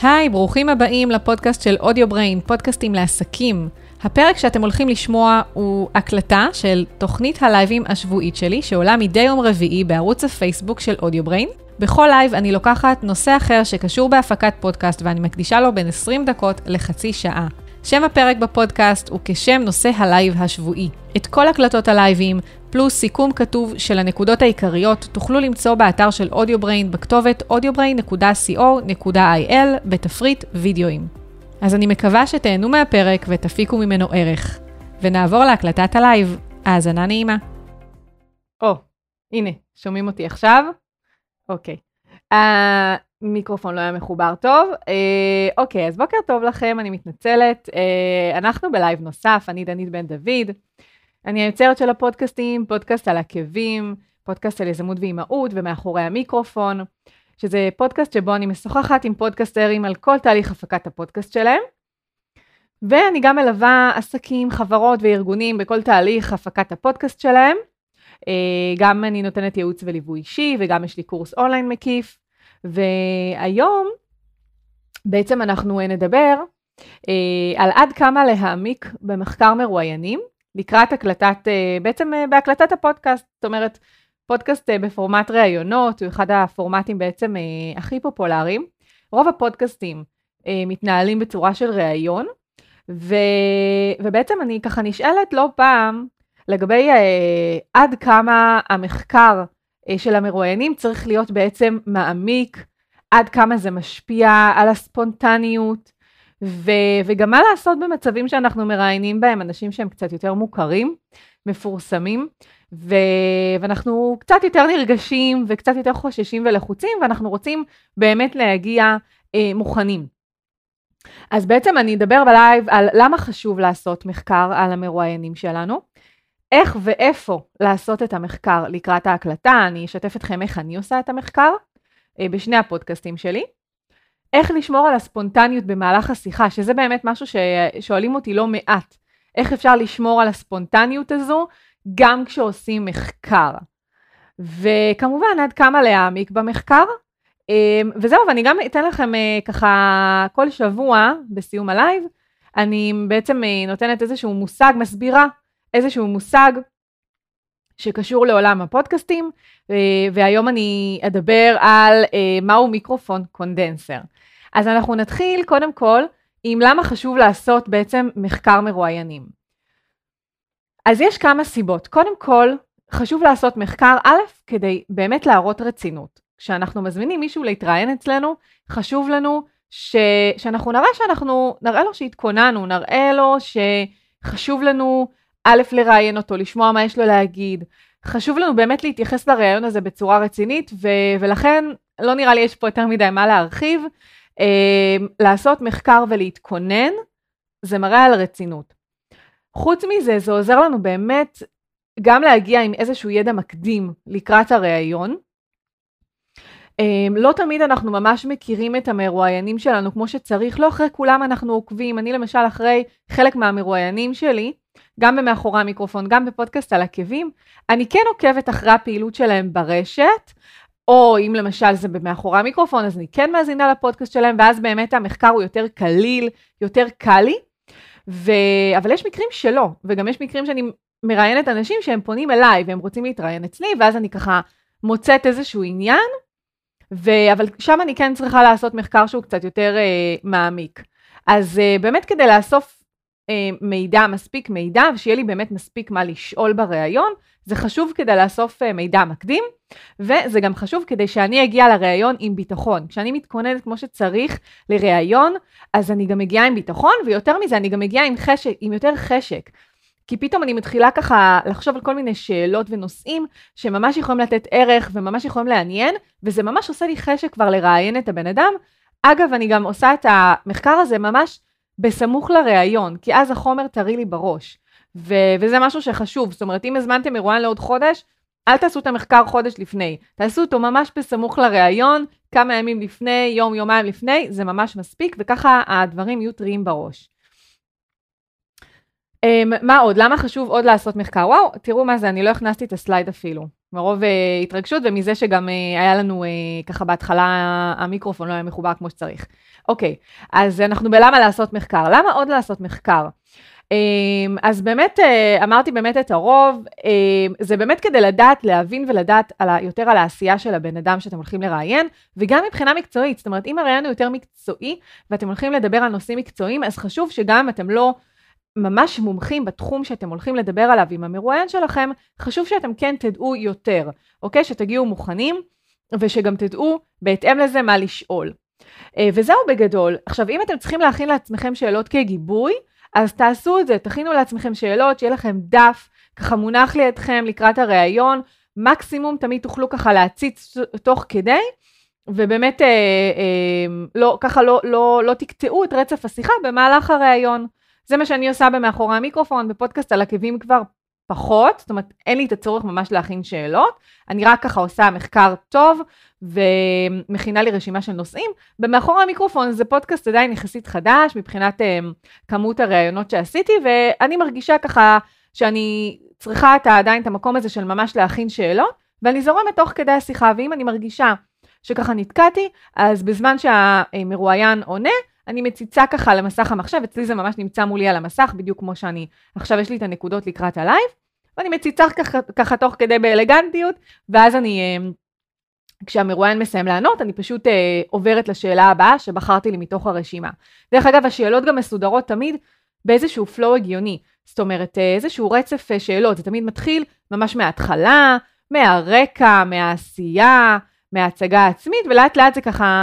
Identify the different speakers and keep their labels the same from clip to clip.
Speaker 1: היי, ברוכים הבאים לפודקאסט של אודיובריין, פודקאסטים לעסקים. הפרק שאתם הולכים לשמוע הוא הקלטה של תוכנית הלייבים השבועית שלי, שעולה מדי יום רביעי בערוץ הפייסבוק של אודיובריין. בכל לייב אני לוקחת נושא אחר שקשור בהפקת פודקאסט, ואני מקדישה לו בין 20 דקות לחצי שעה. שם הפרק בפודקאסט הוא כשם נושא הלייב השבועי. את כל הקלטות הלייבים, פלוס סיכום כתוב של הנקודות העיקריות, תוכלו למצוא באתר של אודיובריין בכתובת audiobrain.co.il בתפריט וידאוים. אז אני מקווה שתהנו מהפרק ותפיקו ממנו ערך. ונעבור להקלטת הלייב. האזנה נעימה. הנה, שומעים אותי עכשיו? אוקיי. המיקרופון לא היה מחובר טוב. אוקיי, אז בוקר טוב לכם, אני מתנצלת. אנחנו בלייב נוסף, אני דנית בן דוד. אני היוצרת של הפודקאסטים, פודקאסט על עקבים, פודקאסט על יזמות ואימהות ומאחורי המיקרופון, שזה פודקאסט שבו אני משוחחת עם פודקאסטרים על כל תהליך הפקת הפודקאסט שלהם. ואני גם מלווה עסקים, חברות וארגונים בכל תהליך הפקת הפודקאסט שלהם. גם אני נותנת ייעוץ וליווי אישי, וגם יש לי קורס אונליין מקיף. והיום בעצם אנחנו נדבר על עד כמה להעמיק במחקר מרואיינים, לקראת בעצם בהקלטת הפודקאסט, זאת אומרת, פודקאסט בפורמט ראיונות, הוא אחד הפורמטים בעצם הכי פופולריים. רוב הפודקאסטים מתנהלים בצורה של ראיון, ובעצם אני ככה נשאלת לא פעם, לגבי עד כמה המחקר של המרואיינים צריך להיות בעצם מעמיק, עד כמה זה משפיע על הספונטניות, וגם מה לעשות במצבים שאנחנו מראיינים בהם, אנשים שהם קצת יותר מוכרים, מפורסמים, ואנחנו קצת יותר נרגשים, וקצת יותר חוששים ולחוצים, ואנחנו רוצים באמת להגיע מוכנים. אז בעצם אני אדבר בלייב על למה חשוב לעשות מחקר על המרואיינים שלנו, איך ואיפה לעשות את המחקר לקראת ההקלטה, אני אשתף אתכם איך אני עושה את המחקר, בשני הפודקאסטים שלי, איך לשמור על הספונטניות במהלך השיחה, שזה באמת משהו ששואלים אותי לא מעט, איך אפשר לשמור על הספונטניות הזו, גם כשעושים מחקר. וכמובן, עד כמה להעמיק במחקר, וזהו, ואני גם אתן לכם ככה כל שבוע בסיום הלייב, אני בעצם נותנת איזשהו מושג, מסבירה איזשהו מושג שקשור לעולם הפודקאסטים, והיום אני אדבר על מהו מיקרופון קונדנסר. אז אנחנו נתחיל קודם כל עם למה חשוב לעשות בעצם מחקר מרואיינים. אז יש כמה סיבות. קודם כל, חשוב לעשות מחקר א', כדי באמת להראות רצינות. כשאנחנו מזמינים מישהו להתראיין אצלנו, חשוב לנו שאנחנו נראה לו שהתכוננו, נראה לו שחשוב לנו א', לראיין אותו, לשמוע מה יש לו להגיד. חשוב לנו באמת להתייחס לראיון הזה בצורה רצינית, ולכן לא נראה לי יש פה יותר מדי מה להרחיב. לעשות מחקר ולהתכונן, זה מראה על רצינות. חוץ מזה, זה עוזר לנו באמת גם להגיע עם איזשהו ידע מקדים לקראת הראיון. לא תמיד אנחנו ממש מכירים את המרואיינים שלנו כמו שצריך, לא אחרי כולם אנחנו עוקבים. אני למשל אחרי חלק מהמרואיינים שלי, גם במאחורי המיקרופון, גם בפודקאסט על עקבים, אני כן עוקבת אחרי הפעילות שלהם ברשת, או אם למשל זה במאחורי המיקרופון, אז אני כן מאזינה לפודקאסט שלהם, ואז באמת המחקר הוא יותר קליל, יותר קלי, אבל יש מקרים שלא, וגם יש מקרים שאני מראיינת אנשים שהם פונים אליי, והם רוצים להתראיין אצלי, ואז אני ככה מוצאת איזשהו עניין, אבל שם אני כן צריכה לעשות מחקר שהוא קצת יותר מעמיק. אז באמת כדי לאסוף מידע, מספיק מידע, ושיהיה לי באמת מספיק מה לשאול בראיון, זה חשוב כדי לאסוף מידע מקדים, וזה גם חשוב כדי שאני אגיע לראיון עם ביטחון. כשאני מתכוננת כמו שצריך לראיון, אז אני גם מגיעה עם ביטחון, ויותר מזה אני גם מגיעה עם יותר חשק. כי פתאום אני מתחילה ככה לחשוב על כל מיני שאלות ונושאים, שממש יכולים לתת ערך וממש יכולים לעניין, וזה ממש עושה לי חשק כבר לראיין את הבן אדם. אגב, אני גם עושה את המחקר הזה ממש בסמוך לראיון, כי אז החומר טרי לי בראש, וזה משהו שחשוב. זאת אומרת, אם הזמנתם מרואיין לעוד חודש, אל תעשו את המחקר חודש לפני, תעשו אותו ממש בסמוך לראיון, כמה ימים לפני, יום, יומיים לפני, זה ממש מספיק, וככה הדברים יהיו טריים בראש. מה עוד? למה חשוב עוד לעשות מחקר? וואו, תראו מה זה, אני לא הכנסתי את הסלייד אפילו. מרוב התרגשות, ומזה שגם היה לנו ככה בהתחלה המיקרופון לא היה מחובר כמו שצריך. אוקיי, אז אנחנו בלמה לעשות מחקר. למה עוד לעשות מחקר? אז באמת, אמרתי באמת את הרוב, זה באמת כדי לדעת, להבין ולדעת יותר על העשייה של הבן אדם שאתם הולכים לראיין, וגם מבחינה מקצועית, זאת אומרת, אם הראיין הוא יותר מקצועי, ואתם הולכים לדבר על נושאים מקצועיים, אז חשוב שגם אתם לא ממש מומחים בתחום שאתם הולכים לדבר עליו עם המרואיין שלכם, חשוב שאתם כן תדעו יותר, אוקיי? שתגיעו מוכנים, ושגם תדעו בהתאם לזה מה לשאול. וזהו בגדול. עכשיו, אם אתם צריכים להכין לעצמכם שאלות כגיבוי, אז תעשו את זה, תכינו לעצמכם שאלות, שיהיה לכם דף, ככה מונח לידכם לקראת הראיון, מקסימום תמיד תוכלו ככה להציץ תוך כדי, ובאמת ככה לא תקטעו את רצף השיחה במהלך הראיון. זה מה שאני עושה במאחורי המיקרופון, בפודקאסט על עקבים כבר פחות, זאת אומרת, אין לי את הצורך ממש להכין שאלות, אני רק ככה עושה מחקר טוב, ומכינה לי רשימה של נושאים. במאחורי המיקרופון זה פודקאסט עדיין יחסית חדש, מבחינת כמות הראיונות שעשיתי, ואני מרגישה ככה שאני צריכה עדיין את המקום הזה של ממש להכין שאלות, ואני זורמת תוך כדי השיחה, ואם אני מרגישה שככה נתקעתי, אז בזמן שהמרואיין עונה, אני מציצה ככה למסך המחשב, אצלי זה ממש נמצא מולי על המסך, בדיוק כמו שאני, עכשיו יש לי את הנקודות לקראת הלייב, ואני מציצה ככה תוך כדי באלגנטיות, ואז כשהמרואיין מסיים לענות, אני פשוט עוברת לשאלה הבאה שבחרתי לי מתוך הרשימה. דרך אגב, השאלות גם מסודרות תמיד באיזשהו פלואו הגיוני, זאת אומרת, איזשהו רצף שאלות, זה תמיד מתחיל ממש מההתחלה, מהרקע, מהעשייה, מההצגה העצמית, ולאט לאט זה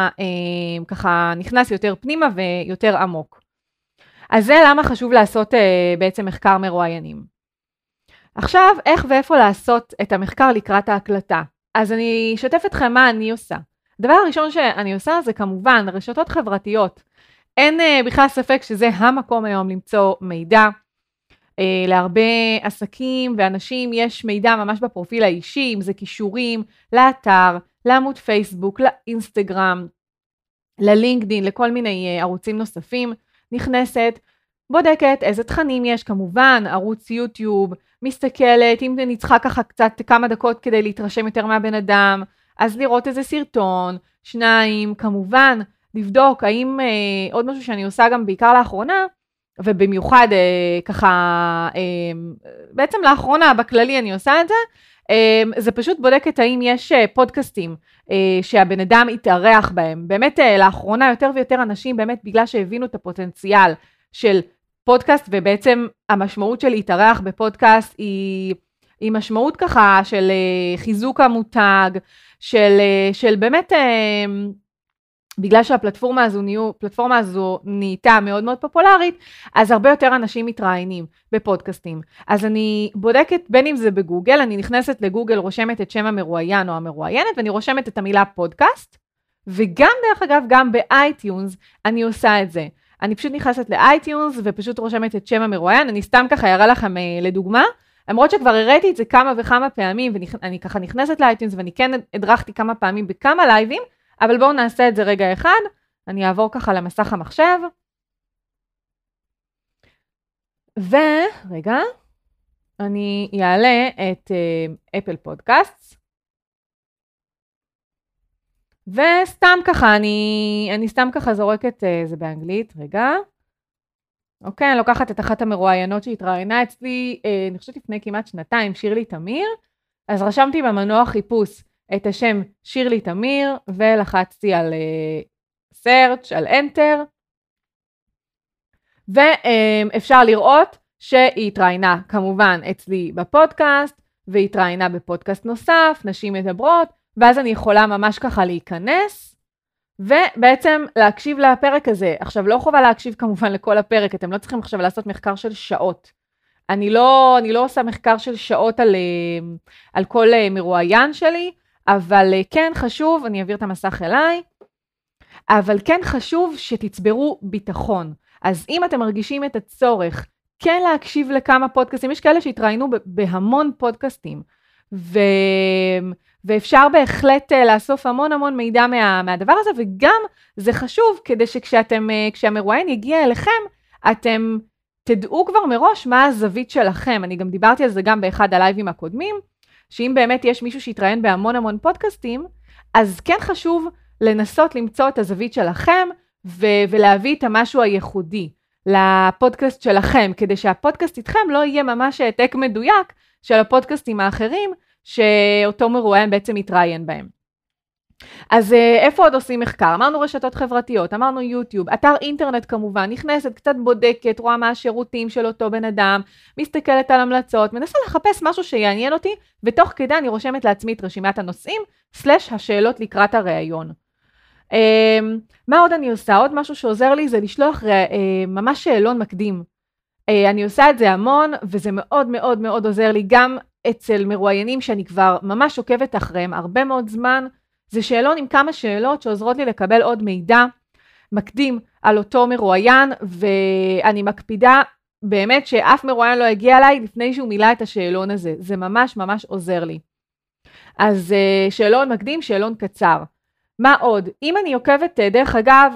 Speaker 1: ככה נכנס יותר פנימה ויותר עמוק. אז זה למה חשוב לעשות בעצם מחקר מרואיינים. עכשיו, איך ואיפה לעשות את המחקר לקראת ההקלטה? אז אני אשתף אתכם מה אני עושה. הדבר הראשון שאני עושה זה כמובן רשתות חברתיות. אין בכלל ספק שזה המקום היום למצוא מידע. להרבה עסקים ואנשים יש מידע ממש בפרופיל האישי, אם זה קישורים לאתר, לעמוד פייסבוק, לאינסטגרם, ללינקדין, לכל מיני ערוצים נוספים, נכנסת, בודקת איזה תכנים יש, כמובן, ערוץ יוטיוב, מסתכלת, אם אני צריכה ככה קצת כמה דקות כדי להתרשם יותר מהבן אדם, אז לראות איזה סרטון, 2, כמובן, לבדוק האם עוד משהו שאני עושה גם בעיקר לאחרונה, ובמיוחד ככה, בעצם לאחרונה בכללי אני עושה את זה, זה פשוט בודקת האם יש פודקאסטים שהבן אדם יתארח בהם. באמת לאחרונה יותר ויותר אנשים, באמת בגלל שהבינו את הפוטנציאל של פודקאסט, ובעצם המשמעות של להתארח בפודקאסט היא משמעות ככה של חיזוק המותג, של באמת, בגלל שהפלטפורמה הזו נהייתה מאוד מאוד פופולרית, אז הרבה יותר אנשים מתראיינים בפודקאסטים. אז אני בודקת, בין אם זה בגוגל, אני נכנסת לגוגל, רושמת את שם המרואיין או המרואיינת, ואני רושמת את המילה פודקאסט, וגם דרך אגב, גם באייטיונס אני עושה את זה. אני פשוט נכנסת לאייטיונס ופשוט רושמת את שם המרואיין, אני סתם ככה אראה לכם לדוגמה, למרות שכבר הראיתי את זה כמה וכמה פעמים, ואני ככה נכנסת לאייטיונס, ואני כן הדרכתי כמה פעמים בכמה לייבים, אבל בואו נעשה את זה רגע אחד, אני אעבור ככה למסך המחשב, ורגע, אני אעלה את אפל פודקאסט, וסתם ככה, אני סתם ככה זורקת, זה באנגלית, רגע, אוקיי, אני לוקחת את אחת המרואיינות שהתראיינה אצלי, אני חושבת לפני כמעט 2 שירלי תמיר, אז רשמתי במנוע חיפוש, את השם שירלי תמיר, ולחצתי על search, על enter, ואפשר לראות שהיא התראיינה כמובן אצלי בפודקאסט, והיא התראיינה בפודקאסט נוסף, נשים מדברות, ואז אני יכולה ממש ככה להיכנס, ובעצם להקשיב לפרק הזה. עכשיו לא חובה להקשיב כמובן לכל הפרק, אתם לא צריכים עכשיו לעשות מחקר של שעות. אני לא עושה מחקר של שעות על כל מרואיין שלי, אבל כן חשוב, אני אעביר את המסך אליי, אבל כן חשוב שתצברו ביטחון. אז אם אתם מרגישים את הצורך, כן להקשיב לכמה פודקאסטים, יש כאלה שהתראיינו בהמון פודקאסטים, ואפשר בהחלט לאסוף המון מידע מהדבר הזה, וגם זה חשוב כדי כשהמרואיין יגיע אליכם, אתם תדעו כבר מראש מה הזווית שלכם. אני גם דיברתי על זה גם באחד הלייבים הקודמים, שאם באמת יש מישהו שיתראיין בהמון המון פודקאסטים, אז כן חשוב לנסות למצוא את הזווית שלכם, ולהביא את המשהו הייחודי לפודקאסט שלכם, כדי שהפודקאסט איתכם לא יהיה ממש העתק מדויק של הפודקאסטים האחרים, שאותו מרואיין בעצם יתראיין בהם. אז איפה עוד עושים מחקר? אמרנו רשתות חברתיות, אמרנו יוטיוב, אתר אינטרנט כמובן, נכנסת, קצת בודקת, רואה מה השירותים של אותו בן אדם, מסתכלת על המלצות, מנסה לחפש משהו שיעניין אותי, ותוך כדי אני רושמת לעצמי את רשימת הנושאים, השאלות לקראת הראיון. מה עוד אני עושה? עוד משהו שעוזר לי זה לשלוח ממש שאלון מקדים. אני עושה את זה המון, וזה מאוד מאוד מאוד עוזר לי, גם אצל מרואיינים שאני כבר ממש עוקבת אחריהם הרבה מאוד זמן, זה שאלון עם כמה שאלות שעוזרות לי לקבל עוד מידע מקדים על אותו מרואיין, ואני מקפידה באמת שאף מרואיין לא יגיע אליי לפני שהוא מילא את השאלון הזה. זה ממש ממש עוזר לי. אז שאלון מקדים, שאלון קצר. מה עוד? אם אני עוקבת, דרך אגב,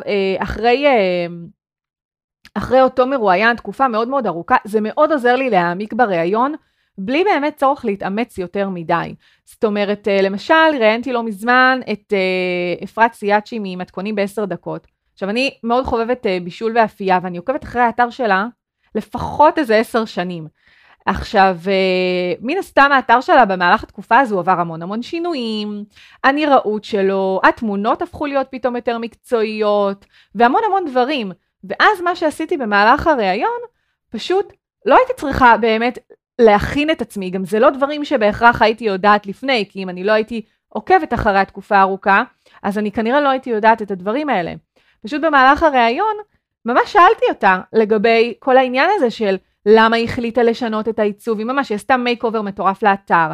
Speaker 1: אחרי אותו מרואיין, תקופה מאוד מאוד ארוכה, זה מאוד עוזר לי להעמיק בראיון, בלי באמת צורך להתאמץ יותר מדי. זאת אומרת, למשל, ראיינתי לא מזמן את אפרת סיאצ'י ממתכונים ב10 דקות. עכשיו, אני מאוד חובבת בישול ואפייה, ואני עוקבת אחרי האתר שלה לפחות איזה 10 שנים. עכשיו, מן הסתם האתר שלה במהלך התקופה הזו עבר המון שינויים, הנראות שלו, התמונות הפכו להיות פתאום יותר מקצועיות, והמון דברים. ואז מה שעשיתי במהלך הראיון, פשוט לא הייתי צריכה באמת להכין את עצמי, גם זה לא דברים שבהכרח הייתי יודעת לפני, כי אם אני לא הייתי עוקבת אחרי התקופה הארוכה, אז אני כנראה לא הייתי יודעת את הדברים האלה. פשוט במהלך הראיון, ממש שאלתי אותה לגבי כל העניין הזה של למה היא החליטה לשנות את העיצוב, היא ממש עשתה מייק אובר מטורף לאתר,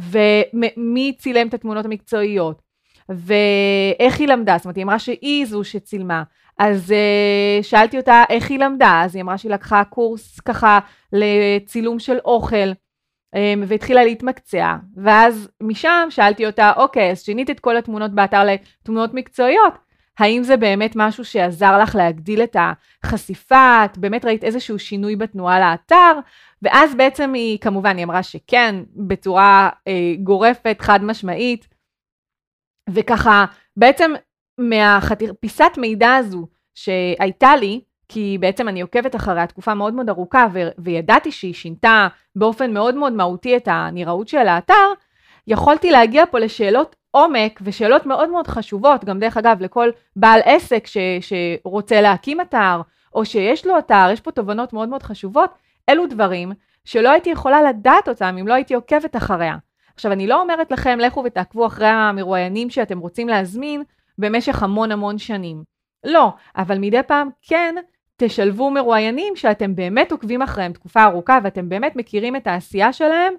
Speaker 1: ומי צילם את התמונות המקצועיות, ואיך היא למדה, זאת אומרת, היא אמרה שהיא זו שצילמה, אז שאלתי אותה איך היא למדה, אז היא אמרה שהיא לקחה קורס ככה לצילום של אוכל, והתחילה להתמקצע, ואז משם שאלתי אותה, אוקיי, אז שינית את כל התמונות באתר לתמונות מקצועיות, האם זה באמת משהו שעזר לך להגדיל את החשיפה, את באמת ראית איזשהו שינוי בתנועה לאתר, ואז בעצם היא, כמובן, היא אמרה שכן, בצורה גורפת, חד משמעית, וככה, בעצם פיסת מידע הזו שהייתה לי, כי בעצם אני עוקבת אחרי התקופה מאוד מאוד ארוכה, וידעתי שהיא שינתה באופן מאוד מאוד מהותי את הנראות של האתר, יכולתי להגיע פה לשאלות עומק, ושאלות מאוד מאוד חשובות, גם דרך אגב לכל בעל עסק שרוצה להקים אתר, או שיש לו אתר, יש פה תובנות מאוד מאוד חשובות, אלו דברים שלא הייתי יכולה לדעת אותם, אם לא הייתי עוקבת אחריה. עכשיו, אני לא אומרת לכם, לכו ותעקבו אחרי המרואיינים שאתם רוצים להזמין, במשך המון שנים. לא, אבל מדי פעם כן תשלבו מרואיינים שאתם באמת עוקבים אחריהם תקופה ארוכה, ואתם באמת מכירים את העשייה שלהם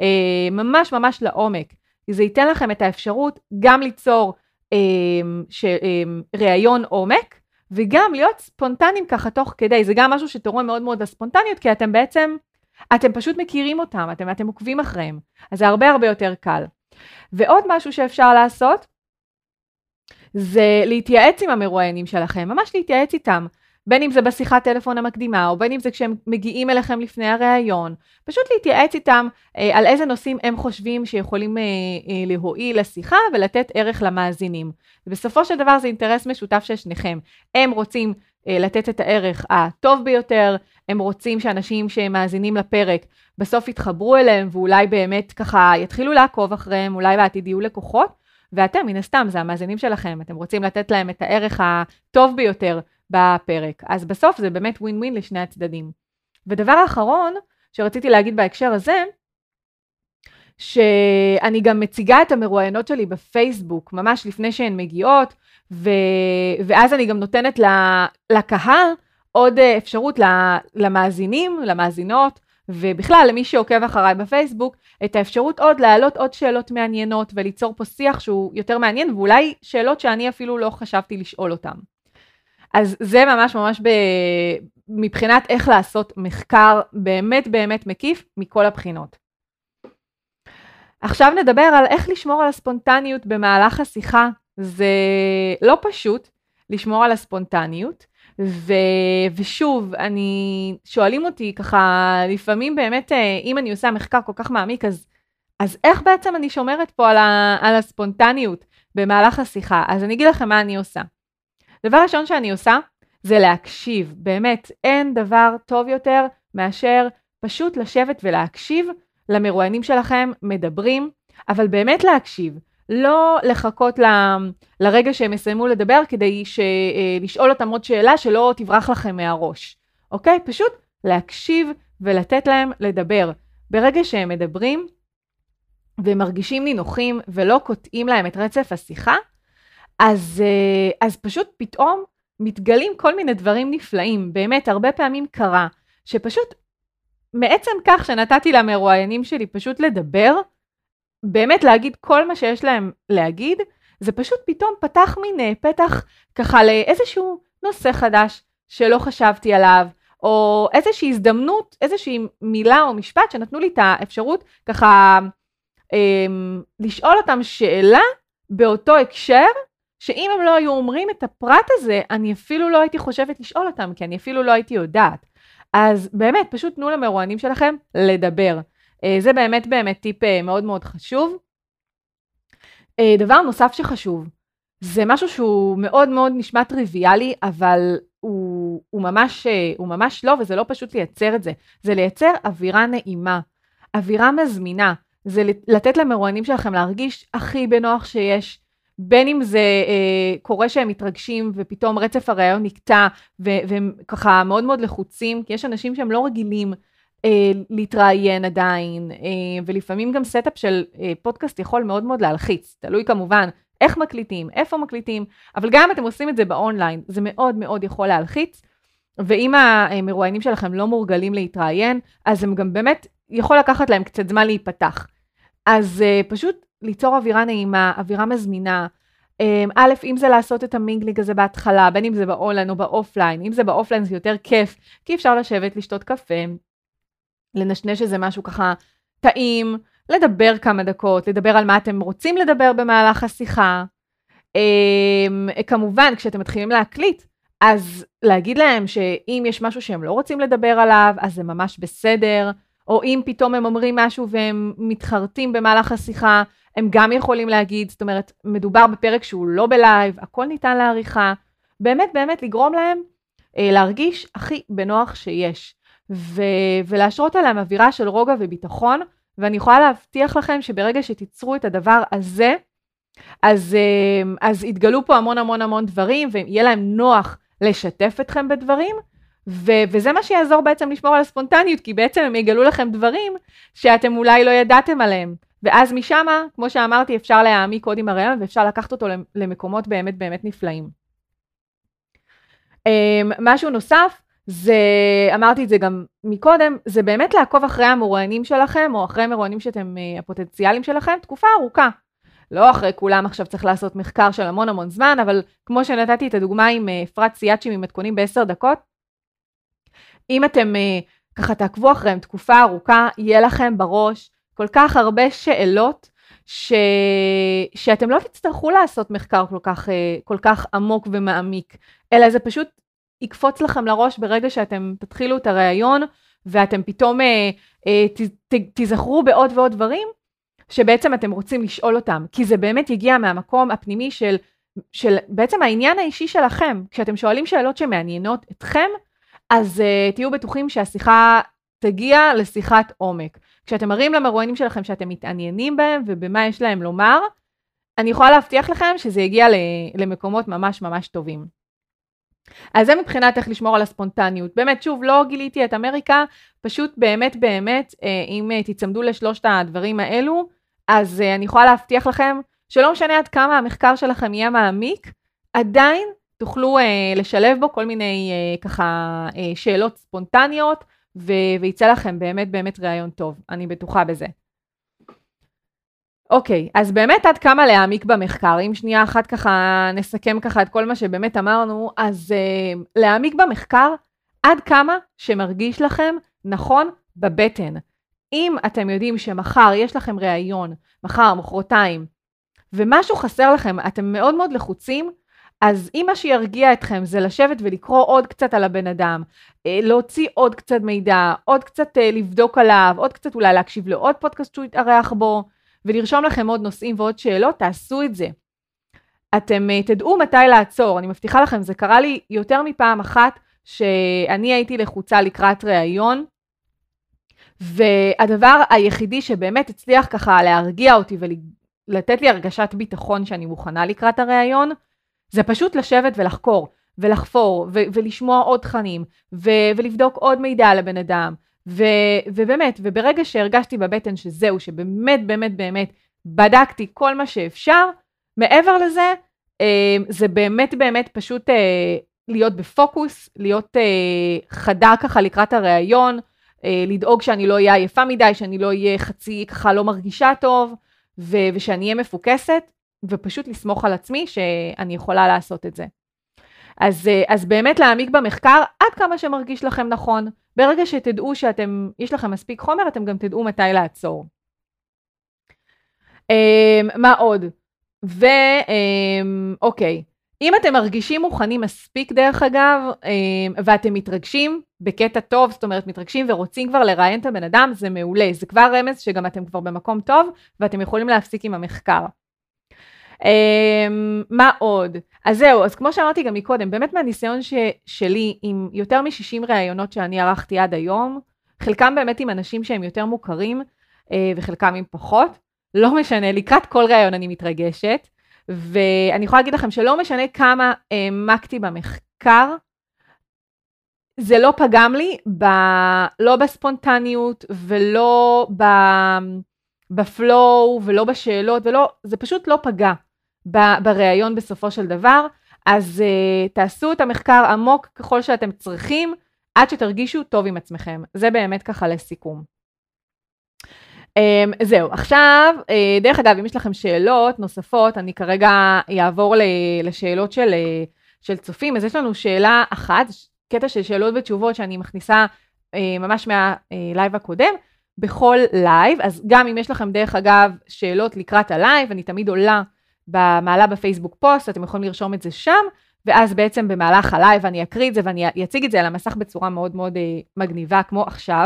Speaker 1: ממש לעומק. זה ייתן לכם את האפשרות גם ליצור ראיון עומק, וגם להיות ספונטניים ככה תוך כדי. זה גם משהו שתורם מאוד מאוד לספונטניות, כי אתם פשוט מכירים אותם, אתם עוקבים אחריהם. אז זה הרבה יותר קל. ועוד משהו שאפשר לעשות, זה להתייעץ עם המרואיינים שלכם, ממש להתייעץ איתם, בין אם זה בשיחת טלפון המקדימה, או בין אם זה כשהם מגיעים אליכם לפני הראיון, פשוט להתייעץ איתם על איזה נושאים הם חושבים שיכולים להועיל לשיחה, ולתת ערך למאזינים. ובסופו של דבר זה אינטרס משותף של שניכם. הם רוצים לתת את הערך הטוב ביותר, הם רוצים שאנשים שמאזינים לפרק, בסוף יתחברו אליהם, ואולי באמת ככה יתחילו לעקוב אחריהם, אולי בעתיד יהיו לקוחות, ואתם, מן הסתם, זה המאזינים שלכם, אתם רוצים לתת להם את הערך הטוב ביותר בפרק. אז בסוף זה באמת ווין ווין לשני הצדדים. ודבר אחרון שרציתי להגיד בהקשר הזה, שאני גם מציגה את המרואיינות שלי בפייסבוק, ממש לפני שהן מגיעות, ואז אני גם נותנת לקהל עוד אפשרות למאזינים, למאזינות, ובכלל למי שעוקב אחריי בפייסבוק, את האפשרות עוד להעלות עוד שאלות מעניינות, וליצור פה שיח שהוא יותר מעניין, ואולי שאלות שאני אפילו לא חשבתי לשאול אותם. אז זה ממש מבחינת איך לעשות מחקר באמת מקיף מכל הבחינות. עכשיו נדבר על איך לשמור על הספונטניות במהלך השיחה. זה לא פשוט לשמור על הספונטניות, ושוב, שואלים אותי ככה, לפעמים באמת, אם אני עושה מחקר כל כך מעמיק, אז איך בעצם אני שומרת פה על הספונטניות במהלך השיחה? אז אני אגיד לכם מה אני עושה. דבר ראשון שאני עושה זה להקשיב. באמת, אין דבר טוב יותר מאשר פשוט לשבת ולהקשיב למרואיינים שלכם מדברים, אבל באמת להקשיב. לא לחכות לרגע שהם יסיימו לדבר כדי לשאול אותם עוד שאלה שלא תברח לכם מהראש. אוקיי? פשוט להקשיב ולתת להם לדבר. ברגע שהם מדברים ומרגישים נינוחים ולא קוטעים להם את רצף השיחה, אז פשוט פתאום מתגלים כל מיני דברים נפלאים. באמת, הרבה פעמים קרה שפשוט מעצם כך שנתתי למרואיינים שלי פשוט לדבר, באמת להגיד כל מה שיש להם להגיד, זה פשוט פתאום פתח מין פתח ככה לאיזשהו נושא חדש שלא חשבתי עליו, או איזושהי הזדמנות, איזושהי מילה או משפט שנתנו לי את האפשרות ככה לשאול אותם שאלה באותו הקשר, שאם הם לא היו אומרים את הפרט הזה, אני אפילו לא הייתי חושבת לשאול אותם, כי אני אפילו לא הייתי יודעת. אז באמת, פשוט תנו למרואיינים שלכם לדבר. זה באמת באמת טיפ מאוד מאוד חשוב. דבר נוסף שחשוב, זה משהו שהוא מאוד מאוד נשמע טריוויאלי, אבל הוא ממש לא, וזה לא פשוט לייצר את זה. זה לייצר אווירה נעימה, אווירה מזמינה. זה לתת למרואיינים שלכם להרגיש הכי בנוח שיש, בין אם זה קורה שהם מתרגשים ופתאום רצף הרעיון נקטע והם ככה מאוד מאוד לחוצים, כי יש אנשים שהם לא רגילים להתראיין עדיין, ולפעמים גם סטאפ של פודקאסט יכול מאוד מאוד להלחיץ, תלוי כמובן איך מקליטים, איפה מקליטים, אבל גם אתם עושים את זה באונליין, זה מאוד מאוד יכול להלחיץ, ואם המרואיינים שלכם לא מורגלים להתראיין, אז הם גם באמת יכול לקחת להם קצת זמן להיפתח. אז פשוט ליצור אווירה נעימה, אווירה מזמינה, א', אם זה לעשות את המינגלינג הזה בהתחלה, בין אם זה באונליין או באופליין, אם זה באופליין זה יותר כיף, כי אפשר לשבת, לשתות קפה, לנשנש איזה משהו ככה טעים, לדבר כמה דקות, לדבר על מה אתם רוצים לדבר במהלך השיחה. כמובן, כשאתם מתחילים להקליט, אז להגיד להם שאם יש משהו שהם לא רוצים לדבר עליו, אז זה ממש בסדר, או אם פתאום הם אומרים משהו והם מתחרטים במהלך השיחה, הם גם יכולים להגיד, זאת אומרת, מדובר בפרק שהוא לא בלייב, הכל ניתן לעריכה, באמת באמת לגרום להם להרגיש הכי בנוח שיש, ולהשרות עליהם אווירה של רוגע וביטחון, ואני יכולה להבטיח לכם שברגע שתיצרו את הדבר הזה, אז יתגלו פה המון המון המון דברים, ויהיה להם נוח לשתף אתכם בדברים, וזה מה שיעזור בעצם לשמור על הספונטניות, כי בעצם הם יגלו לכם דברים שאתם אולי לא ידעתם עליהם. ואז משם, כמו שאמרתי, אפשר להעמיק עוד עם הרעיון, ואפשר לקחת אותו למקומות באמת באמת נפלאים. משהו נוסף, זה, אמרתי את זה גם מקודם, זה באמת לעקוב אחרי המרואיינים שלכם, או אחרי מרואיינים שאתם הפוטנציאלים שלכם, תקופה ארוכה. לא אחרי כולם עכשיו צריך לעשות מחקר של המון המון זמן, אבל כמו שנתתי את הדוגמה עם אפרת סיאצ'י ממתכונים ב10 דקות, אם אתם ככה תעקבו אחריהם תקופה ארוכה, יהיה לכם בראש כל כך הרבה שאלות, שאתם לא תצטרכו לעשות מחקר כל כך עמוק ומעמיק, אלא זה פשוט יקפוץ לכם לראש ברגע שאתם תתחילו את הרעיון, ואתם פתאום תזכרו בעוד ועוד דברים, שבעצם אתם רוצים לשאול אותם, כי זה באמת יגיע מהמקום הפנימי של בעצם העניין האישי שלכם. כשאתם שואלים שאלות שמעניינות אתכם, אז תהיו בטוחים שהשיחה תגיע לשיחת עומק. כשאתם מראים למרואיינים שלכם שאתם מתעניינים בהם ובמה יש להם לומר, אני יכולה להבטיח לכם שזה יגיע למקומות ממש ממש טובים. אז זה מבחינת איך לשמור על הספונטניות. באמת, שוב, לא גיליתי את אמריקה, פשוט באמת באמת, אם תצמדו לשלושת הדברים האלו, אז אני יכולה להבטיח לכם שלא משנה עד כמה המחקר שלכם יהיה מעמיק, עדיין תוכלו לשלב בו כל מיני ככה שאלות ספונטניות, ויצא לכם באמת באמת רעיון טוב, אני בטוחה בזה. אוקיי, אז באמת עד כמה להעמיק במחקר, אם שנייה אחת ככה נסכם ככה את כל מה שבאמת אמרנו, אז להעמיק במחקר עד כמה שמרגיש לכם נכון בבטן. אם אתם יודעים שמחר יש לכם ראיון, מחר, מחרתיים, ומשהו חסר לכם, אתם מאוד מאוד לחוצים, אז אם מה שירגיע אתכם זה לשבת ולקרוא עוד קצת על הבן אדם, להוציא עוד קצת מידע, עוד קצת לבדוק עליו, עוד קצת אולי להקשיב לעוד פודקאסט שהוא יתארח בו, ולרשום לכם עוד נושאים ועוד שאלות, תעשו את זה. אתם תדעו מתי לעצור, אני מבטיחה לכם, זה קרה לי יותר מפעם אחת, שאני הייתי לחוצה לקראת ראיון, והדבר היחידי שבאמת הצליח ככה להרגיע אותי ולתת לי הרגשת ביטחון שאני מוכנה לקראת הראיון, זה פשוט לשבת ולחקור ולחפור ולשמוע עוד תכנים ולבדוק עוד מידע על הבן אדם. ובאמת, וברגע שהרגשתי בבטן שזהו, שבאמת באמת באמת בדקתי כל מה שאפשר, מעבר לזה, זה באמת באמת פשוט להיות בפוקוס, להיות חדה ככה לקראת הראיון, לדאוג שאני לא אהיה עייפה מדי, שאני לא אהיה חצי ככה לא מרגישה טוב, ושאני אהיה מפוקסת, ופשוט לסמוך על עצמי שאני יכולה לעשות את זה. אז באמת להעמיק במחקר עד כמה שמרגיש לכם נכון. ברגע שתדעו יש לכם מספיק חומר, אתם גם תדעו מתי לעצור. מה עוד? אוקיי. אם אתם מרגישים מוכנים מספיק דרך אגב, ואתם מתרגשים בקטע טוב, זאת אומרת מתרגשים ורוצים כבר לראיין את הבן אדם, זה מעולה. זה כבר רמז שגם אתם כבר במקום טוב, ואתם יכולים להפסיק עם המחקר. מה עוד? אז זהו, אז כמו שאמרתי גם מקודם, באמת מהניסיון שלי עם יותר מ-60 ראיונות שאני ערכתי עד היום, חלקם באמת עם אנשים שהם יותר מוכרים, וחלקם עם פחות, לא משנה, לקראת כל ראיון אני מתרגשת, ואני יכולה להגיד לכם שלא משנה כמה העמקתי במחקר, זה לא פגם לי, לא בספונטניות ולא בפלואו ולא בשאלות, זה פשוט לא פגע בראיון בסופו של דבר, אז תעשו את המחקר עמוק ככל שאתם צריכים, עד שתרגישו טוב עם עצמכם. זה באמת ככה לסיכום. זהו, עכשיו, דרך אגב, אם יש לכם שאלות נוספות, אני כרגע אעבור לשאלות של צופים, אז יש לנו שאלה אחת, קטע של שאלות ותשובות שאני מכניסה ממש מהלייב הקודם, בכל לייב, אז גם אם יש לכם דרך אגב שאלות לקראת הלייב, אני תמיד עולה במעלה בפייסבוק פוסט, אתם יכולים לרשום את זה שם, ואז בעצם במהלך הלייב אני אקריא את זה ואני אציג את זה על המסך בצורה מאוד מאוד מגניבה כמו עכשיו.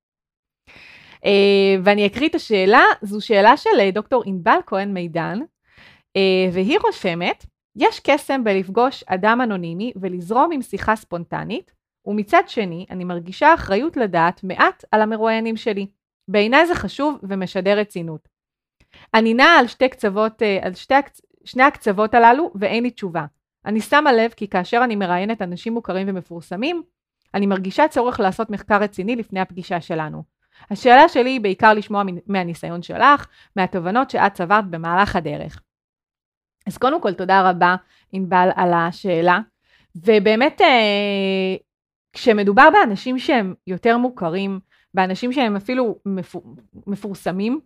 Speaker 1: ואני אקריא את השאלה, זו שאלה של דוקטור ענבל כהן מידן, והיא רושמת, יש קסם בלפגוש אדם אנונימי ולזרום עם שיחה ספונטנית, ומצד שני אני מרגישה אחריות לדעת מעט על המרואיינים שלי. בעיניי זה חשוב ומשדר רצינות. אני נעה על שני הקצוות הללו ואין לי תשובה. אני שמה לב כי כאשר אני מראיינת אנשים מוכרים ומפורסמים, אני מרגישה צורך לעשות מחקר רציני לפני הפגישה שלנו. השאלה שלי היא בעיקר לשמוע מהניסיון שלך, מהתובנות שאת צברת במהלך הדרך. אז קודם כל תודה רבה ענבל על השאלה, ובאמת כשמדובר באנשים שהם יותר מוכרים, באנשים שהם אפילו מפורסמים,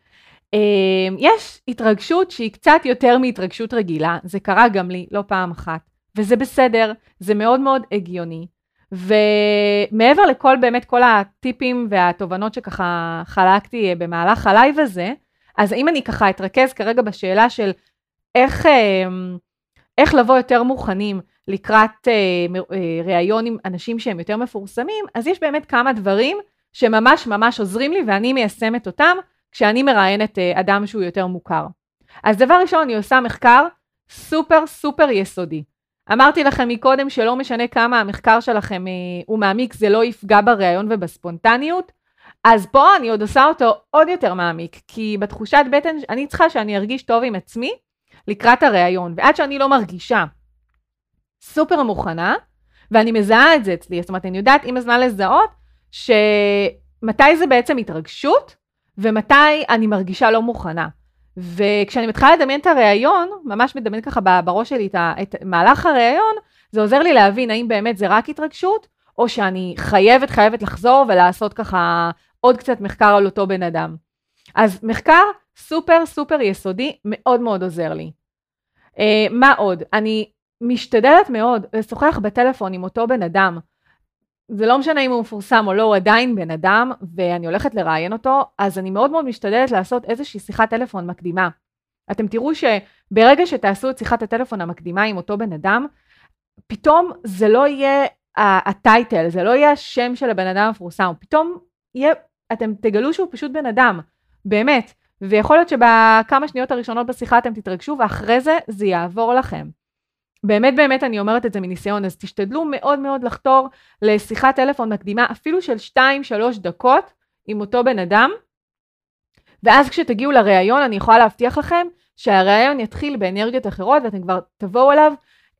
Speaker 1: יש התרגשות שהיא קצת יותר מהתרגשות רגילה, זה קרה גם לי לא פעם אחת, וזה בסדר, זה מאוד מאוד הגיוני, ומעבר לכל באמת כל הטיפים והתובנות שככה חלקתי במהלך הלייב הזה, אז אם אני ככה אתרכז כרגע בשאלה של איך לבוא יותר מוכנים לקראת ראיון עם אנשים שהם יותר מפורסמים, אז יש באמת כמה דברים שממש ממש עוזרים לי ואני מיישמת אותם כשאני מראיינת אדם שהוא יותר מוכר. אז דבר ראשון, אני עושה מחקר סופר סופר יסודי. אמרתי לכם מקודם שלא משנה כמה המחקר שלכם הוא מעמיק, זה לא יפגע בראיון ובספונטניות, אז פה אני עוד עושה אותו עוד יותר מעמיק, כי בתחושת בטן אני צריכה שאני ארגיש טוב עם עצמי לקראת הראיון, ועד שאני לא מרגישה סופר מוכנה, ואני מזהה את זה אצלי, זאת אומרת אני יודעת עם הזמן לזהות, שמתי זה בעצם התרגשות, ומתי אני מרגישה לא מוכנה. וכשאני מתחילה לדמיין את הראיון, ממש מדמיין ככה בראש שלי את מהלך הראיון, זה עוזר לי להבין האם באמת זה רק התרגשות, או שאני חייבת לחזור ולעשות ככה עוד קצת מחקר על אותו בן אדם. אז מחקר סופר סופר יסודי מאוד מאוד עוזר לי. מה עוד? אני משתדלת מאוד לשוחח בטלפון עם אותו בן אדם. זה לא משנה אם הוא מפורסם או לא, הוא עדיין בן אדם, ואני הולכת לראיין אותו, אז אני מאוד מאוד משתדלת לעשות איזושהי שיחת טלפון מקדימה. אתם תראו שברגע שתעשו את שיחת הטלפון המקדימה עם אותו בן אדם, פתאום זה לא יהיה הטייטל, זה לא יהיה השם של הבן אדם המפורסם, פתאום אתם תגלו שהוא פשוט בן אדם, באמת, ויכול להיות שבכמה שניות הראשונות בשיחה אתם תתרגשו, ואחרי זה יעבור לכם. באמת באמת אני אומרת את זה מניסיון, אז תשתדלו מאוד מאוד לחתור לשיחת טלפון מקדימה, אפילו של 2-3 דקות עם אותו בן אדם, ואז כשתגיעו לראיון אני יכולה להבטיח לכם שהראיון יתחיל באנרגיות אחרות, ואתם כבר תבואו אליו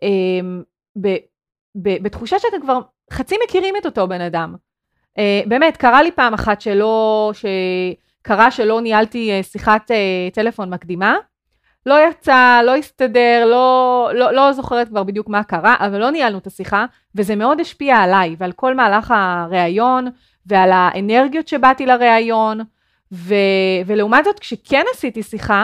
Speaker 1: בתחושה שאתם כבר חצי מכירים את אותו בן אדם. באמת, קרה לי פעם אחת שקרה שלא ניהלתי שיחת טלפון מקדימה, לא יצא, לא הסתדר, לא זוכרת כבר בדיוק מה קרה, אבל לא ניהלנו את השיחה, וזה מאוד השפיע עליי, ועל כל מהלך הראיון, ועל האנרגיות שבאתי לראיון, ולעומת זאת, כשכן עשיתי שיחה,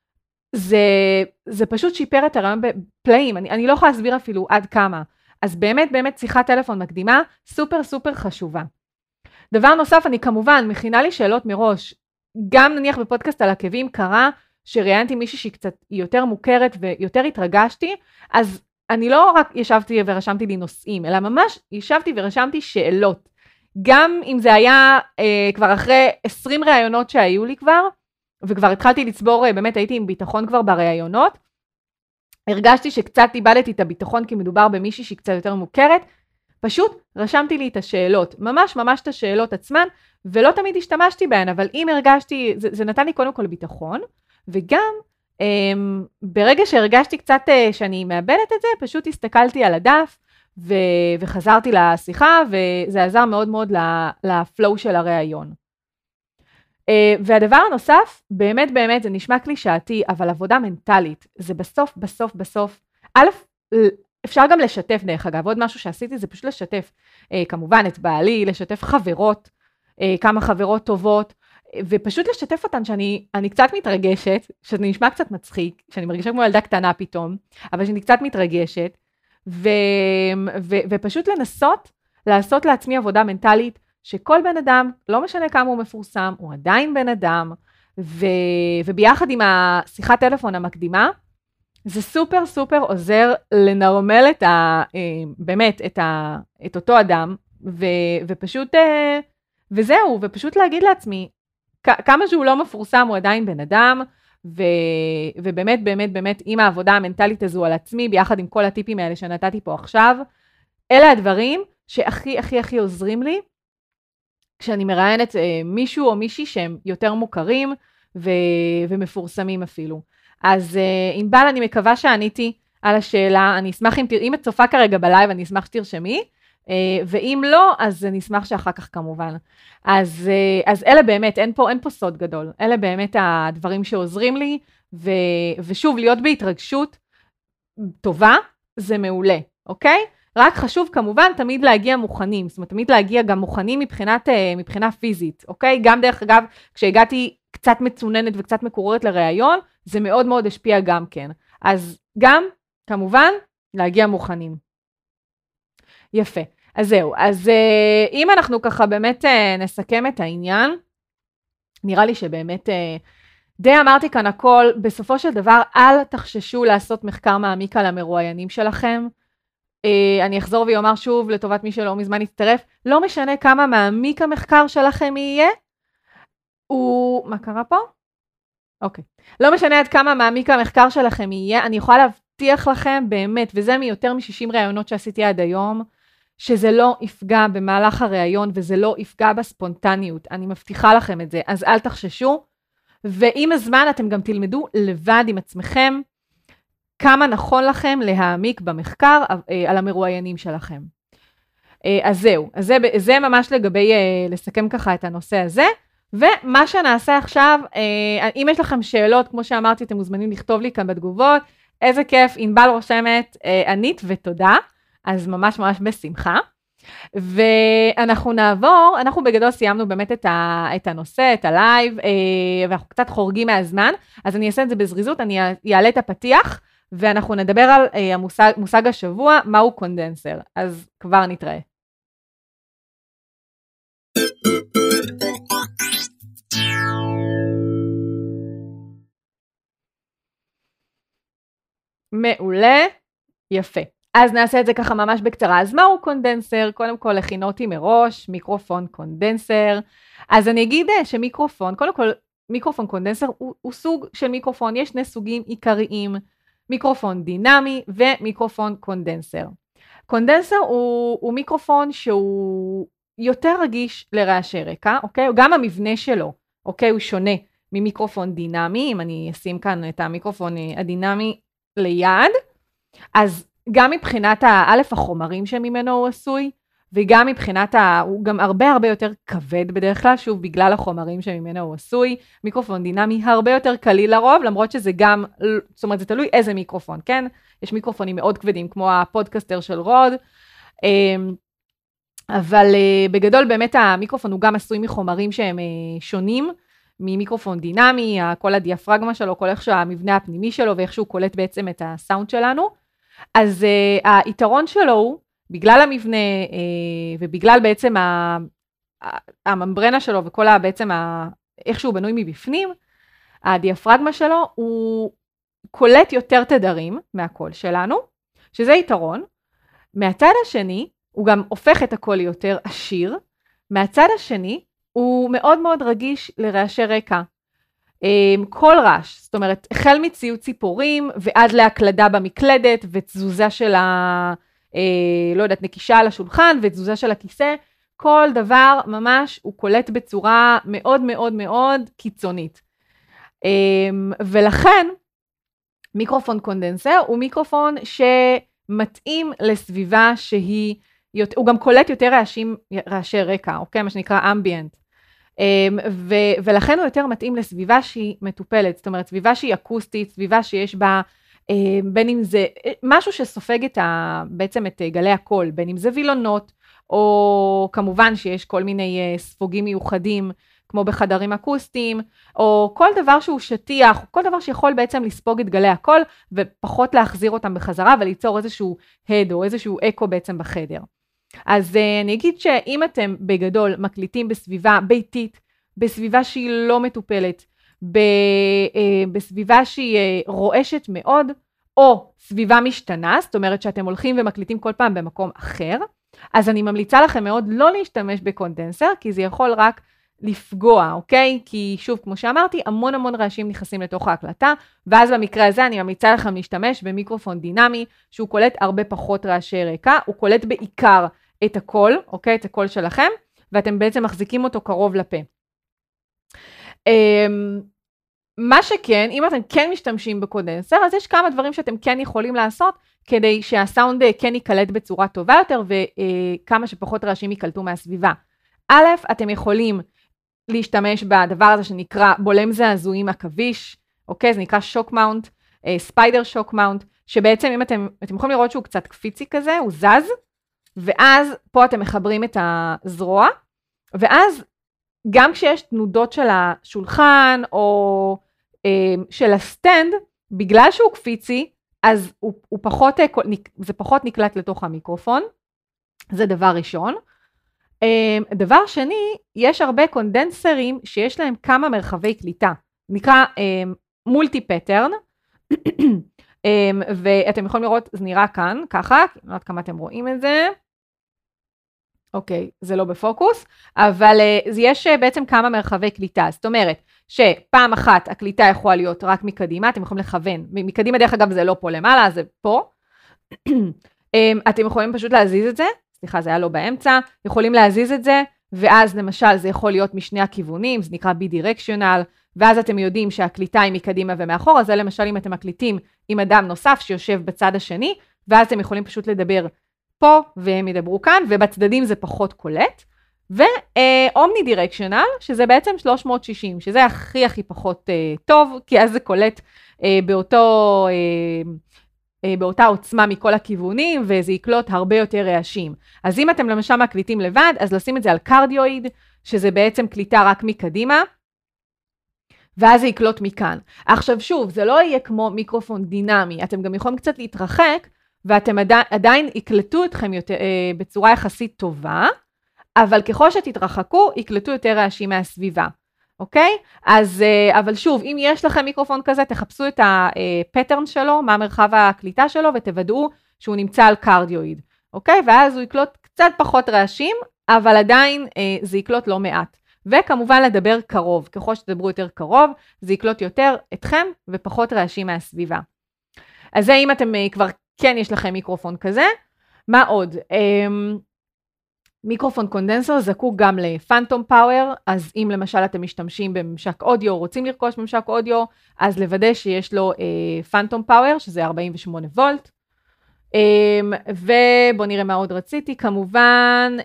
Speaker 1: זה פשוט שיפר את הרעיון בפלאים, אני לא יכולה להסביר אפילו עד כמה, אז באמת באמת שיחת טלפון מקדימה, סופר סופר חשובה. דבר נוסף, אני כמובן מכינה לי שאלות מראש, גם נניח בפודקאסט על עקבים קרה, שראיינתי מישהי שהיא קצת יותר מוכרת ויותר התרגשתי, אז אני לא רק ישבתי ורשמתי לי נושאים, אלא ממש ישבתי ורשמתי שאלות. גם אם זה היה כבר אחרי 20 ראיונות שהיו לי כבר, וכבר התחלתי לצבור, באמת הייתי עם ביטחון כבר בראיונות, הרגשתי שקצת איבדתי את הביטחון כי מדובר במישהי שהיא קצת יותר מוכרת, פשוט רשמתי לי את השאלות, ממש ממש את השאלות עצמן, ולא תמיד השתמשתי בהן, אבל אם הרגשתי, זה נתן לי קודם כל ביטחון, וגם ברגע שהרגשתי קצת שאני מאבדת את זה, פשוט הסתכלתי על הדף וחזרתי לשיחה, וזה עזר מאוד מאוד לפלואו של הראיון. והדבר הנוסף, באמת באמת זה נשמע קלישאתי, אבל עבודה מנטלית, זה בסוף, א', אפשר גם לשתף דרך אגב, עוד משהו שעשיתי זה פשוט לשתף, כמובן את בעלי, לשתף חברות, כמה חברות טובות, ופשוט לשתף אותן שאני קצת מתרגשת, שזה נשמע קצת מצחיק, שאני מרגישה כמו ילדה קטנה פתאום, אבל שאני קצת מתרגשת, ופשוט לנסות לעשות לעצמי עבודה מנטלית, שכל בן אדם, לא משנה כמה הוא מפורסם, הוא עדיין בן אדם, וביחד עם השיחת טלפון המקדימה, זה סופר סופר עוזר לנרמל באמת את אותו אדם, ופשוט, וזהו, ופשוט להגיד לעצמי, כמה שהוא לא מפורסם, הוא עדיין בן אדם, ובאמת, באמת, באמת, עם העבודה המנטלית הזו על עצמי, ביחד עם כל הטיפים האלה שנתתי פה עכשיו, אלה הדברים שהכי, הכי, הכי עוזרים לי, כשאני מראיינת מישהו או מישהי שהם יותר מוכרים, ומפורסמים אפילו. אז ענבל, אני מקווה שעניתי על השאלה, אני אשמח אם את צופה כרגע בלייב, אני אשמח שתרשמי, ואם לא, אז אני אשמח שאחר כך כמובן. אז אלה באמת, אין פה סוד גדול, אלה באמת הדברים שעוזרים לי, ושוב, להיות בהתרגשות טובה, זה מעולה, אוקיי? רק חשוב כמובן תמיד להגיע מוכנים, זאת אומרת, תמיד להגיע גם מוכנים מבחינה פיזית, אוקיי? גם דרך אגב, כשהגעתי קצת מצוננת וקצת מקוררת לראיון, זה מאוד מאוד השפיע גם כן. אז גם, כמובן, להגיע מוכנים. יפה. אז זהו. אז אם אנחנו ככה באמת נסכם את העניין, נראה לי שבאמת די אמרתי כאן הכל, בסופו של דבר, אל תחששו לעשות מחקר מעמיק על המרואיינים שלכם. אני אחזור ויאמר שוב לטובת מי שלא מזמן יצטרף, לא משנה כמה מעמיק המחקר שלכם יהיה, מה קרה פה? אוקיי. לא משנה עד כמה מעמיק המחקר שלכם יהיה, אני יכולה להבטיח לכם באמת, וזה מיותר מ-60 ראיונות שעשיתי עד היום, שזה לא יפגע במהלך הראיון, וזה לא יפגע בספונטניות. אני מבטיחה לכם את זה, אז אל תחששו, ועם הזמן אתם גם תלמדו לבד עם עצמכם, כמה נכון לכם להעמיק במחקר על המרואיינים שלכם. אז זהו, אז זה ממש לגבי לסכם ככה את הנושא הזה, ומה שנעשה עכשיו, אם יש לכם שאלות, כמו שאמרתי, אתם מוזמנים לכתוב לי כאן בתגובות, איזה כיף, ענבל רושמת, ענית ותודה, אז ממש ממש בשמחה. ואנחנו נעבור, אנחנו בגדול סיימנו באמת את הנושא, את הלייב, ואנחנו קצת חורגים מהזמן, אז אני אעשה את זה בזריזות, אני אעלה את הפתיח, ואנחנו נדבר על מושג השבוע, מהו קונדנסר. אז כבר נתראה. מעולה, יפה. אז נעשה את זה ככה ממש בקצרה. אז מהו קונדנסר? קודם כל הכינותי מראש, מיקרופון קונדנסר. אז אני אגיד שמיקרופון, קודם כל מיקרופון קונדנסר הוא סוג של מיקרופון, יש שני סוגים עיקריים, מיקרופון דינמי ומיקרופון קונדנסר. קונדנסר הוא מיקרופון שהוא יותר רגיש לרעשי רקע, אוקיי? גם המבנה שלו, אוקיי? הוא שונה ממיקרופון דינמי, אם אני אשים כאן את המיקרופון הדינמי ליד, אז גם מבחינת החומרים שממנו הוא עשוי, וגם מבחינת, הוא גם הרבה יותר כבד בדרך כלל, שוב, בגלל החומרים שממנו הוא עשוי, מיקרופון דינמי הרבה יותר קליל לרוב, למרות שזה גם, זאת אומרת, זה תלוי איזה מיקרופון, כן? יש מיקרופונים מאוד כבדים, כמו הפודקאסטר של רוד, אבל בגדול באמת המיקרופון הוא גם עשוי מחומרים שהם שונים, ממיקרופון דינמי, כל הדיאפרגמה שלו, כל איך שהמבנה הפנימי שלו, ואיך שהוא קולט בעצם את הסאונד שלנו. אז היתרון שלו הוא, בגלל המבנה ובגלל בעצם הממברנה שלו וכל בעצם איך שהוא בנוי מבפנים, הדיאפרגמה שלו הוא קולט יותר תדרים מהקול שלנו, שזה יתרון. מהצד השני, הוא גם הופך את הקול יותר עשיר. מהצד השני, הוא מאוד מאוד רגיש לרעשי רקע. כל רעש, זאת אומרת, החל מציוד ציפורים ועד להקלדה במקלדת ותזוזה של לא יודעת, נקישה על השולחן ותזוזה של הכיסא, כל דבר ממש הוא קולט בצורה מאוד מאוד מאוד קיצונית. ולכן, מיקרופון קונדנסר הוא מיקרופון שמתאים לסביבה שהיא, הוא גם קולט יותר רעשי רקע, אוקיי? מה שנקרא אמביאנט. ולכן הוא יותר מתאים לסביבה שהיא מטופלת, זאת אומרת, סביבה שהיא אקוסטית, סביבה שיש בה, בין אם זה משהו שסופג בעצם את גלי הקול, בין אם זה וילונות, או כמובן שיש כל מיני ספוגים מיוחדים, כמו בחדרים אקוסטיים, או כל דבר שהוא שטיח, או כל דבר שיכול בעצם לספוג את גלי הקול, ופחות להחזיר אותם בחזרה, וליצור איזשהו הד, או איזשהו אקו בעצם בחדר. אז אני אגיד שאם אתם בגדול מקליטים בסביבה ביתית, בסביבה שהיא לא מטופלת, בסביבה שהיא רועשת מאוד, או סביבה משתנה, זאת אומרת שאתם הולכים ומקליטים כל פעם במקום אחר, אז אני ממליצה לכם מאוד לא להשתמש בקונדנסר, כי זה יכול רק לפגוע, אוקיי? כי שוב, כמו שאמרתי, המון רעשים נכנסים לתוך ההקלטה, ואז במקרה הזה אני ממליצה לכם להשתמש במיקרופון דינמי, שהוא קולט הרבה פחות רעשי רקע, הוא קולט בעיקר את הקול, אוקיי? את הקול שלכם, ואתם בעצם מחזיקים אותו קרוב לפה. מה שכן, אם אתם כן משתמשים בקונדנסר, אז יש כמה דברים שאתם כן יכולים לעשות, כדי שהסאונד כן ייקלט בצורה טובה יותר, וכמה שפחות רעשים ייקלטו מהסביבה. א', אתם יכולים להשתמש בדבר הזה שנקרא בולם זעזועים עכביש, אוקיי? זה נקרא שוק מאונט, ספיידר שוק מאונט, שבעצם אם אתם יכולים לראות שהוא קצת קפיצי כזה, הוא זז, ואז פה אתם מחברים את הזרוע, ואז גם כשיש תנודות של השולחן או של הסטנד, בגלל שהוא קפיצי, אז זה פחות נקלט לתוך המיקרופון, זה דבר ראשון. דבר שני, יש הרבה קונדנסרים שיש להם כמה מרחבי קליטה, נקרא מולטי פטרן, ואתם יכולים לראות, זה נראה כאן, ככה, אני לא יודעת כמה אתם רואים את זה, אוקיי, זה לא בפוקוס, אבל יש בעצם כמה מרחבי קליטה, זאת אומרת, שפעם אחת הקליטה יכולה להיות רק מקדימה, אתם יכולים לכוון, מקדימה דרך אגב זה לא פה למעלה, זה פה, אתם יכולים פשוט להזיז את זה, סליחה, זה היה לא באמצע, יכולים להזיז את זה, ואז למשל זה יכול להיות משני הכיוונים, זה נקרא בידירקשיונל, ואז אתם יודעים שהקליטה היא מקדימה ומאחור, אז זה למשל אם אתם מקליטים עם אדם נוסף שיושב בצד השני, ואז אתם יכולים פשוט לדבר פה, והם ידברו כאן, ובצדדים זה פחות קולט, ואומני דירקשיונל, שזה בעצם 360, שזה הכי פחות טוב, כי אז זה קולט באותה עוצמה מכל הכיוונים, וזה יקלוט הרבה יותר רעשים. אז אם אתם למשל מקליטים לבד, אז לשים את זה על קרדיואיד, שזה בעצם קליטה רק מקדימה, ואז זה יקלוט מכאן. עכשיו שוב, זה לא יהיה כמו מיקרופון דינמי, אתם גם יכולים קצת להתרחק, ואתם עדיין יקלטו אתכם בצורה יחסית טובה, אבל ככל שתתרחקו, יקלטו יותר רעשים מהסביבה. אוקיי? אז, אבל שוב, אם יש לכם מיקרופון כזה, תחפשו את הפטרן שלו, מה מרחב הקליטה שלו, ותוודאו שהוא נמצא על קרדיואיד, אוקיי? ואז הוא יקלוט קצת פחות רעשים, אבל עדיין זה יקלוט לא מעט. וכמובן לדבר קרוב, ככל שתדברו יותר קרוב, זה יקלוט יותר אתכם ופחות רעשים מהסביבה. אז זה אם אתם כבר כן יש לכם מיקרופון כזה. מה עוד? מיקרופון קונדנסר זקוק גם לפנטום פאוור, אז אם למשל אתם משתמשים בממשק אודיו, רוצים לרכוש ממשק אודיו, אז לוודא שיש לו פנטום פאוור, שזה 48 וולט. ובואו נראה מה עוד רציתי, כמובן,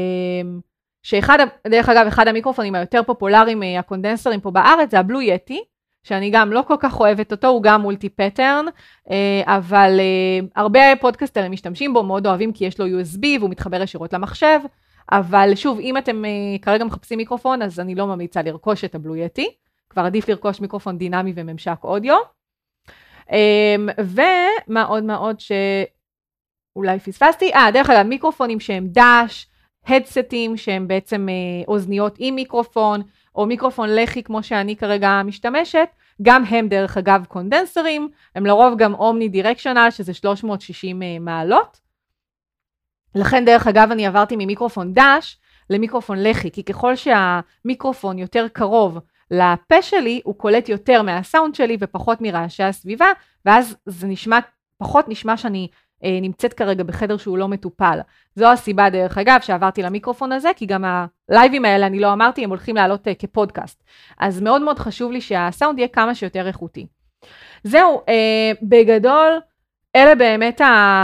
Speaker 1: דרך אגב, אחד המיקרופונים היותר פופולריים, הקונדנסרים פה בארץ, זה הבלו יטי, שאני גם לא כל כך אוהבת אותו, הוא גם מולטי פטרן, אבל הרבה פודקאסטרים משתמשים בו, מאוד אוהבים כי יש לו USB והוא מתחבר ישירות למחשב, אבל שוב, אם אתם כרגע מחפשים מיקרופון, אז אני לא ממליצה לרכוש את הבלו יטי, כבר עדיף לרכוש מיקרופון דינמי וממשק אודיו. ומה עוד שאולי פספסתי? דרך אגב, מיקרופונים שהם דש, הדסטים שהם בעצם אוזניות עם מיקרופון, או מיקרופון לחי כמו שאני כרגע משתמשת, גם הם דרך אגב קונדנסרים, הם לרוב גם אומני דירקשנל, שזה 360 מעלות. לכן דרך אגב אני עברתי ממיקרופון דש למיקרופון לחי, כי ככל שהמיקרופון יותר קרוב לפה שלי, הוא קולט יותר מהסאונד שלי ופחות מרעשי הסביבה, ואז זה פחות נשמע שאני נמצאת כרגע בחדר שהוא לא מטופל. זו הסיבה דרך אגב שעברתי למיקרופון הזה, כי גם הלייבים האלה, אני לא אמרתי, הם הולכים לעלות כפודקאסט. אז מאוד מאוד חשוב לי שהסאונד יהיה כמה שיותר איכותי. זהו, בגדול, אלה באמת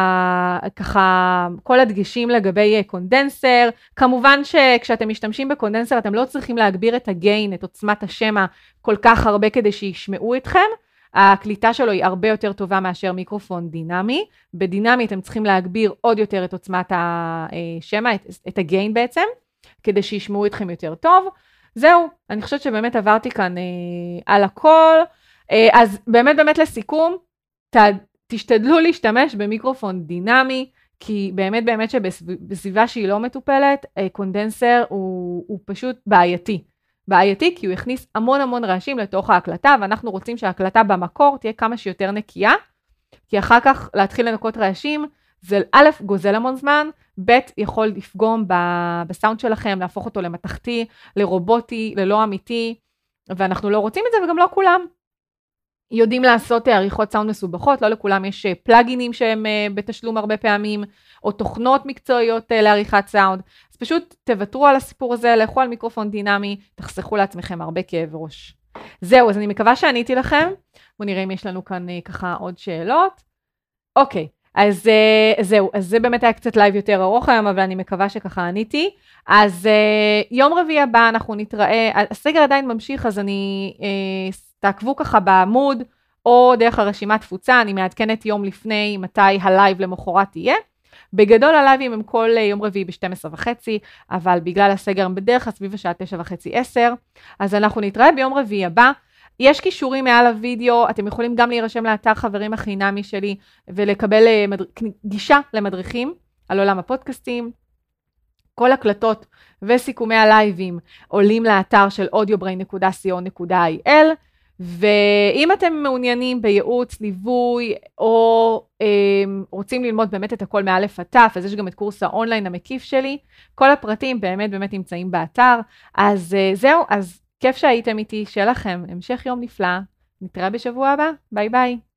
Speaker 1: ככה כל הדגשים לגבי קונדנסר. כמובן שכשאתם משתמשים בקונדנסר, אתם לא צריכים להגביר את הגיין, את עוצמת השמע, כל כך הרבה כדי שישמעו אתכם. הקליטה שלו היא הרבה יותר טובה מאשר מיקרופון דינמי. בדינמי אתם צריכים להגביר עוד יותר את עוצמת השמע, את הגיין בעצם, כדי שישמעו אתכם יותר טוב. זהו, אני חושבת שבאמת עברתי כאן על הכל. אז באמת לסיכום, תשתדלו להשתמש במיקרופון דינמי, כי באמת שבסביבה שהיא לא מטופלת, קונדנסר הוא פשוט בעייתי, כי הוא הכניס המון רעשים לתוך ההקלטה, ואנחנו רוצים שההקלטה במקור תהיה כמה שיותר נקייה, כי אחר כך להתחיל לנקות רעשים, זה א', גוזל המון זמן, ב', יכול לפגום בסאונד שלכם, להפוך אותו למתכתי, לרובוטי, ללא אמיתי, ואנחנו לא רוצים את זה, וגם לא כולם יודעים לעשות עריכות סאונד מסובכות, לא לכולם יש פלאגינים שהם בתשלום הרבה פעמים, או תוכנות מקצועיות לעריכת סאונד, אז פשוט תוותרו על הסיפור הזה, לכו על מיקרופון דינמי, תחסכו לעצמכם הרבה כאב ראש. זהו, אז אני מקווה שעניתי לכם, בואו נראה אם יש לנו כאן ככה עוד שאלות. אוקיי, אז זהו, אז זה באמת היה קצת לייב יותר ארוך היום, אבל אני מקווה שככה עניתי. אז יום רביעי הבא אנחנו נתראה, הסגר עדיין ממשיך, אז תעקבו ככה בעמוד, או דרך הרשימת תפוצה, אני מעדכנת יום לפני מתי הלייב למחרת תהיה. בגדול הלייבים הם כל יום רביעי ב-12:30, אבל בגלל הסגר הם בדרך כלל סביב השעה 9:30-10, אז אנחנו נתראה ביום רביעי הבא. יש קישורים מעל הוידאו, אתם יכולים גם להירשם לאתר חברים החינמי שלי, ולקבל גישה למדריכים על עולם הפודקאסטים. כל הקלטות וסיכומי הלייבים עולים לאתר של audiobrain.co.il, ואם אתם מעוניינים בייעוץ, ליווי, או רוצים ללמוד באמת את הכל מאלף עד תף, אז יש גם את קורס האונליין המקיף שלי, כל הפרטים באמת נמצאים באתר. אז זהו, אז כיף שהייתם איתי, שיהיה לכם המשך יום נפלא, נתראה בשבוע הבא, ביי ביי.